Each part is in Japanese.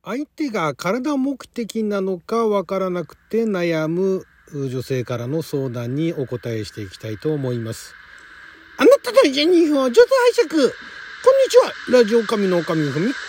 相手が体目的なのかわからなくて悩む女性からの相談にお答えしていきたいと思います。あなたのジェニフを上手拝借。こんにちは。ラジオ神の神ふみかつです。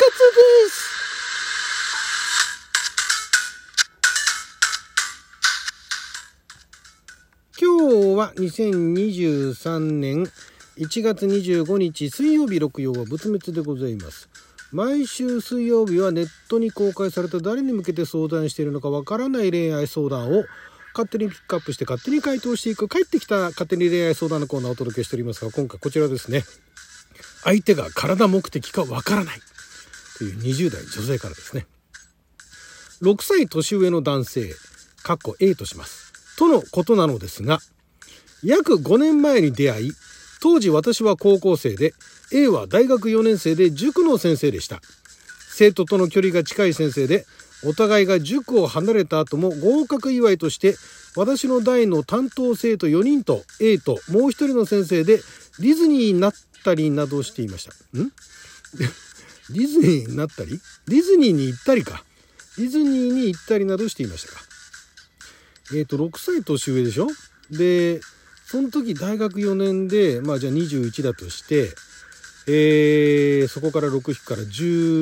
今日は2023年1月25日水曜日6曜は仏滅でございます。毎週水曜日はネットに公開された誰に向けて相談しているのかわからない恋愛相談を勝手にピックアップして勝手に回答していく帰ってきた勝手に恋愛相談のコーナーをお届けしておりますが、今回こちらですね。相手が体目的かわからないという20代女性からですね。6歳年上の男性A としますとのことなのですが、約5年前に出会い、当時私は高校生で A は大学4年生で塾の先生でした。生徒との距離が近い先生で、お互いが塾を離れた後も合格祝いとして私の代の担当生徒4人と A ともう一人の先生でディズニーになったりなどしていました。ディズニーになったりディズニーに行ったりか。ディズニーに行ったりなどしていましたか。6歳年上でしょ。で、その時大学4年で、じゃあ21だとして、そこから6引くから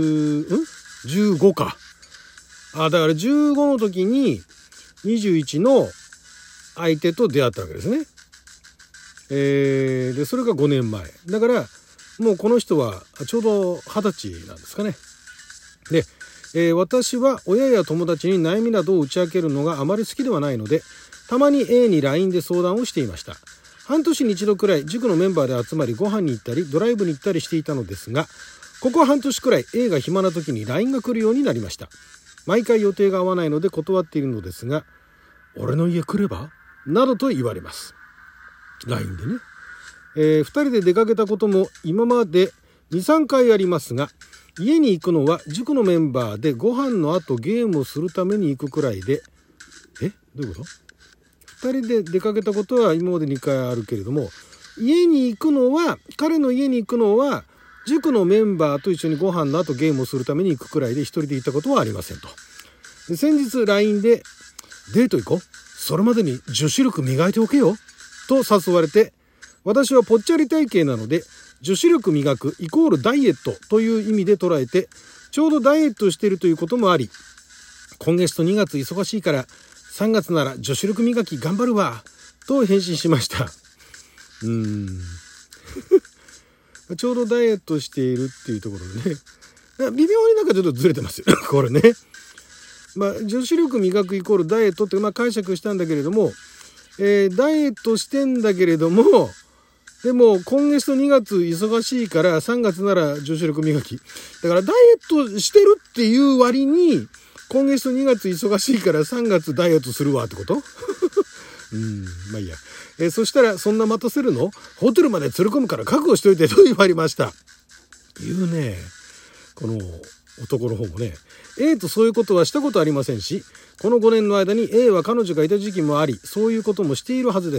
15か。だから15の時に21の相手と出会ったわけですね。で、それが5年前。だから、もうこの人はちょうど20歳なんですかね。で、私は親や友達に悩みなどを打ち明けるのがあまり好きではないので、たまに A に LINE で相談をしていました。半年に一度くらい塾のメンバーで集まりご飯に行ったりドライブに行ったりしていたのですが、ここ半年くらい A が暇な時に LINE が来るようになりました。毎回予定が合わないので断っているのですが、俺の家来ればなどと言われます。 LINE でね。2人で出かけたことも今まで 2,3 回ありますが、家に行くのは塾のメンバーでご飯の後ゲームをするために行くくらいで、どういうこと？2人で出かけたことは今まで2回あるけれども、彼の家に行くのは塾のメンバーと一緒にご飯の後ゲームをするために行くくらいで一人で行ったことはありませんと。で、先日 LINE でデート行こう、それまでに女子力磨いておけよと誘われて、私はぽっちゃり体型なので女子力磨くイコールダイエットという意味で捉えて、ちょうどダイエットしているということもあり、今月と2月忙しいから3月なら女子力磨き頑張るわと返信しました。ちょうどダイエットしているっていうところでね、微妙になんかちょっとずれてますよこれね。女子力磨くイコールダイエットって解釈したんだけれども、ダイエットしてんだけれども、でも今月と2月忙しいから3月なら女子力磨きだから、ダイエットしてるっていう割に今月と2月忙しいから3月ダイエットするわってこといいや。そしたら、そんな待たせるの？ホテルまで連れ込むから覚悟しといてと言われました。言うね。この男の方もね。A とそういうことはしたことありませんし、この5年の間に A は彼女がいた時期もあり、そういうこともしているはずです。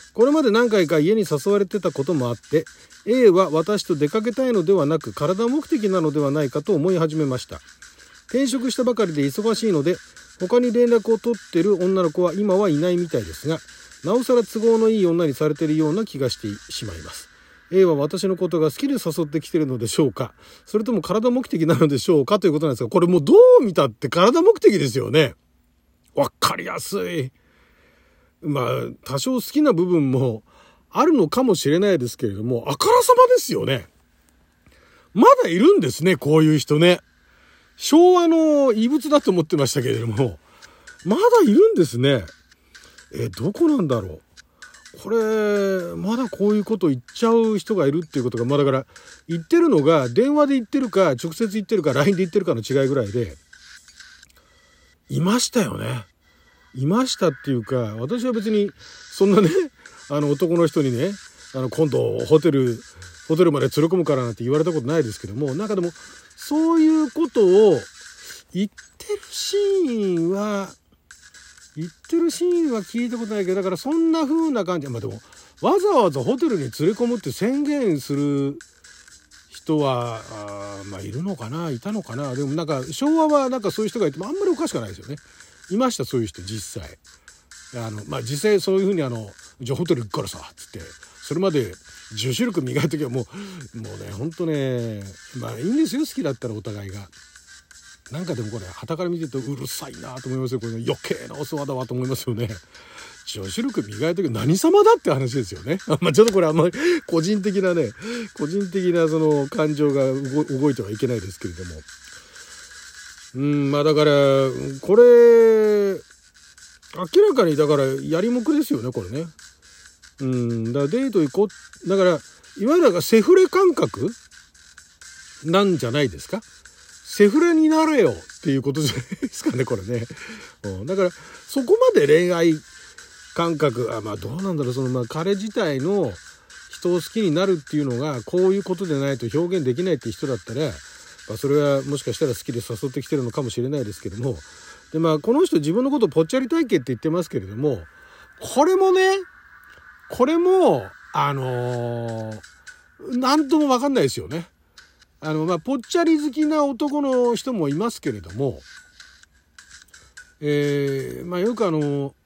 これまで何回か家に誘われてたこともあって、A は私と出かけたいのではなく体目的なのではないかと思い始めました。転職したばかりで忙しいので、他に連絡を取ってる女の子は今はいないみたいですが、なおさら都合のいい女にされているような気がしてしまいます。A は私のことが好きで誘ってきてるのでしょうか、それとも体目的なのでしょうかということなんですが、これもうどう見たって体目的ですよね。わかりやすい。多少好きな部分もあるのかもしれないですけれども、あからさまですよね。まだいるんですね、こういう人ね。昭和の遺物だと思ってましたけれども、まだいるんですね。どこなんだろう。これ、まだこういうこと言っちゃう人がいるっていうことが、だから言ってるのが電話で言ってるか直接言ってるか LINE で言ってるかの違いぐらいで、いましたよね。いましたっていうか、私は別にそんなね、男の人にね、今度ホテルまで連れ込むからなんて言われたことないですけども、でもそういうことを言ってるシーンは聞いたことないけど、だからそんな風な感じ。でもわざわざホテルに連れ込むって宣言する人はまあいるのかな、いたのかな。でもなんか昭和はなんかそういう人がいてもあんまりおかしくないですよね。いました、そういう人実際。まあ実際そういうふうにじゃあホテル行くからさつってそれまで女子力磨いときはもうねほんとね、まあいいんですよ、好きだったらお互いが。なんかでもこれ傍から見てるとうるさいなと思いますよ。これ余計なお世話だわと思いますよね。女子力磨いとき何様だって話ですよね。まあちょっとこれあんまり個人的なその感情が動いてはいけないですけれども、まあだからこれ明らかにだからやりもくですよねこれね。だからデート行こう、だからいわゆるなんかセフレ感覚なんじゃないですか。セフレになれよっていうことじゃないですかねこれね。だからそこまで恋愛感覚まあどうなんだろう、まあ彼自体の人を好きになるっていうのがこういうことでないと表現できないっていう人だったら、まあ、それはもしかしたら好きで誘ってきてるのかもしれないですけども、でまあこの人自分のことをぽっちゃり体型って言ってますけれども、これもなんとも分かんないですよね。まあぽっちゃり好きな男の人もいますけれども、まあよく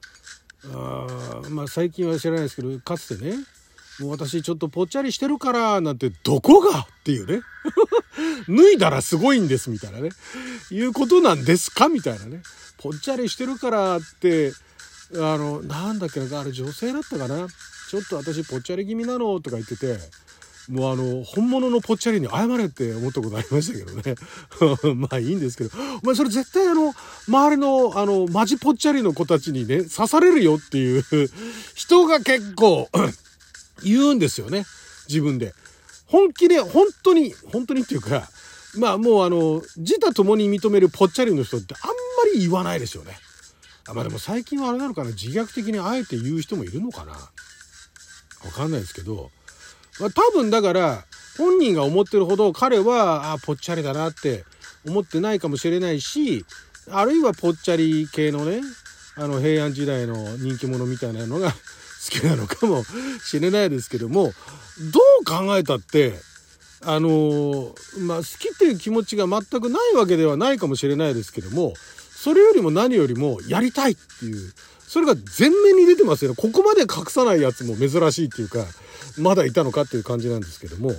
まあ最近は知らないですけど、かつてね、もう私ちょっとぽっちゃりしてるからなんてどこがっていうね脱いだらすごいんですみたいなね、いうことなんですかみたいなね。ぽっちゃりしてるからってなんだっけな、あれ女性だったかな、ちょっと私ぽっちゃり気味なのとか言ってて、もう本物のぽっちゃりに謝れって思ったことありましたけどねまあいいんですけど、お前それ絶対周りのマジぽっちゃりの子たちにね刺されるよっていう人が結構言うんですよね、自分で。本気で本当にっていうか、まあもう自他ともに認めるぽっちゃりの人ってあんまり言わないですよね。まあでも最近はあれなのかな、自虐的にあえて言う人もいるのかな、わかんないですけど、まあ、多分だから本人が思ってるほど彼はぽっちゃりだなって思ってないかもしれないし、あるいはぽっちゃり系のね平安時代の人気者みたいなのが好きなのかもしれないですけども、どう考えたってまあ好きっていう気持ちが全くないわけではないかもしれないですけども、それよりも何よりもやりたいっていう、それが前面に出てますよね。ここまで隠さないやつも珍しいっていうか、まだいたのかっていう感じなんですけども、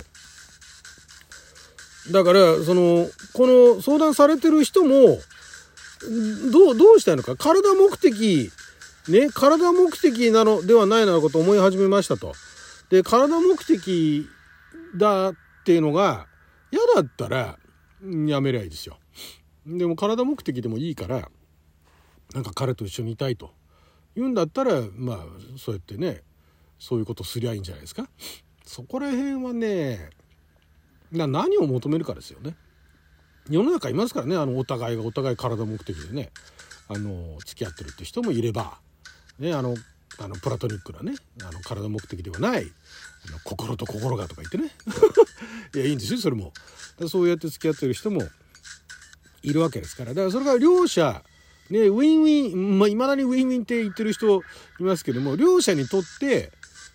だからこの相談されてる人もどうしたいのか、体目的なのではないなことを思い始めましたと。で体目的だっていうのが嫌だったらやめりゃいいですよ。でも体目的でもいいからなんか彼と一緒にいたいと言うんだったら、まあそうやってね、そういうことすりゃいいんじゃないですか。そこら辺はね、何を求めるかですよね。世の中いますからね、お互い体目的でね付き合ってるって人もいればね、プラトニックなね体目的ではない心と心がとか言ってねいやいいんですよそれも。そうやって付き合ってる人もいるわけですから、だからそれが両者ねウィンウィン、まあ、未だにウィンウィンって言ってる人いますけども、両者にとって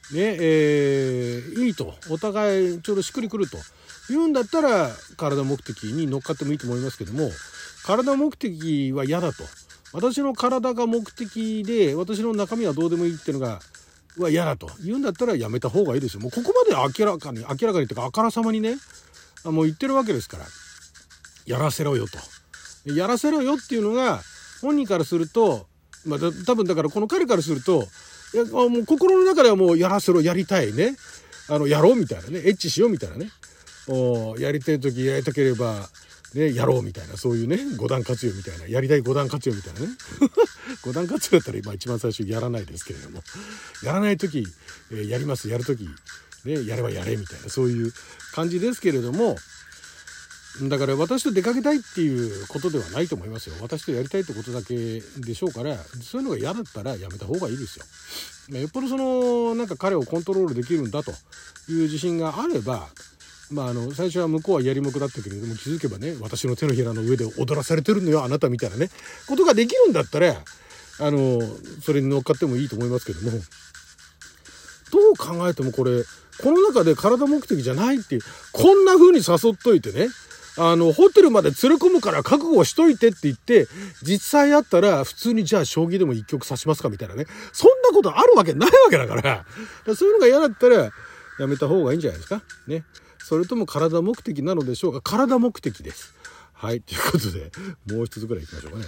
ね、いいと、お互いちょうどしっくりくると言うんだったら体目的に乗っかってもいいと思いますけども、体目的は嫌だと、私の体が目的で私の中身はどうでもいいっていうのが嫌だと言うんだったらやめた方がいいですよ。もうここまで明らかにっていうかあからさまにねもう言ってるわけですから、やらせろよと、やらせろよっていうのが本人からすると、まあ多分だからこの彼からすると、いやもう心の中ではもうやらせろ、やりたいね、やろうみたいなね、エッチしようみたいなね、やりたい時やりたければねやろうみたいな、そういうね五段活用みたいな、やりたい五段活用みたいなね五段活用だったら今一番最初やらないですけれども、やらない時、やります、やる時ねやればやれみたいな、そういう感じですけれども、だから私と出かけたいっていうことではないと思いますよ。私とやりたいってことだけでしょうから、そういうのが嫌だったらやめた方がいいですよ。よっぽどなんか彼をコントロールできるんだという自信があれば、最初は向こうはやりもくだったけれども、気づけばね私の手のひらの上で踊らされてるのよあなたみたいなねことができるんだったらそれに乗っかってもいいと思いますけども、どう考えてもこれこの中で体目的じゃないっていう、こんな風に誘っといてね、ホテルまで連れ込むから覚悟しといてって言って、実際あったら普通にじゃあ将棋でも一局指しますかみたいなね。そんなことあるわけないわけだから、そういうのが嫌だったらやめた方がいいんじゃないですか。ね。それとも体目的なのでしょうか。体目的です。はい。ということで、もう一つぐらい行きましょうか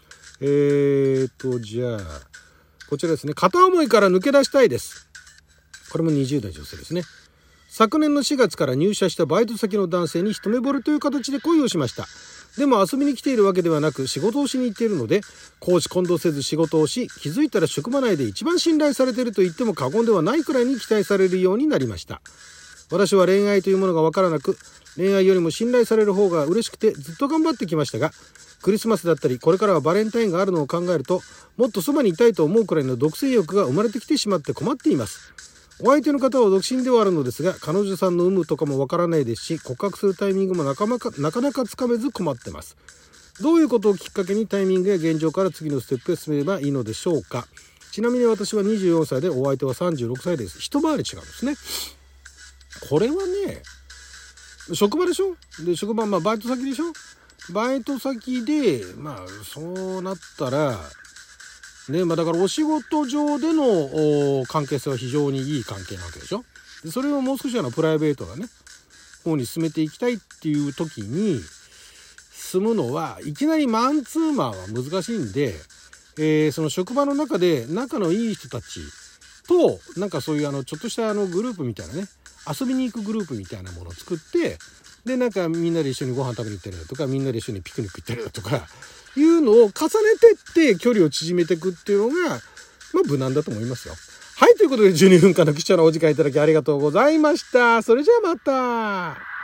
ね。じゃあ、こちらですね。片思いから抜け出したいです。これも20代女性ですね。昨年の4月から入社したバイト先の男性に一目惚れという形で恋をしました。でも遊びに来ているわけではなく仕事をしに行っているので、公私混同せず仕事をし、気づいたら職場内で一番信頼されていると言っても過言ではないくらいに期待されるようになりました。私は恋愛というものがわからなく、恋愛よりも信頼される方が嬉しくてずっと頑張ってきましたが、クリスマスだったりこれからはバレンタインがあるのを考えると、もっとそばにいたいと思うくらいの独占欲が生まれてきてしまって困っています。お相手の方は独身ではあるのですが、彼女さんの有無とかもわからないですし、告白するタイミングもなかなかつかめず困ってます。どういうことをきっかけにタイミングや現状から次のステップへ進めればいいのでしょうか。ちなみに私は24歳でお相手は36歳です。一回り違うんですね。これはね、職場でしょ。で、職場、バイト先でしょ。バイト先で、そうなったら、ね、だからお仕事上での関係性は非常にいい関係なわけでしょ。でそれをもう少しプライベートなね方に進めていきたいっていう時に進むのはいきなりマンツーマンは難しいんで、その職場の中で仲のいい人たちとそういうちょっとしたグループみたいなね、遊びに行くグループみたいなものを作って、でみんなで一緒にご飯食べに行ったりだとか、みんなで一緒にピクニック行ったりだとかいうのを重ねてって距離を縮めていくっていうのが無難だと思いますよ。はい、ということで12分間の貴重なお時間いただきありがとうございました。それじゃあまた。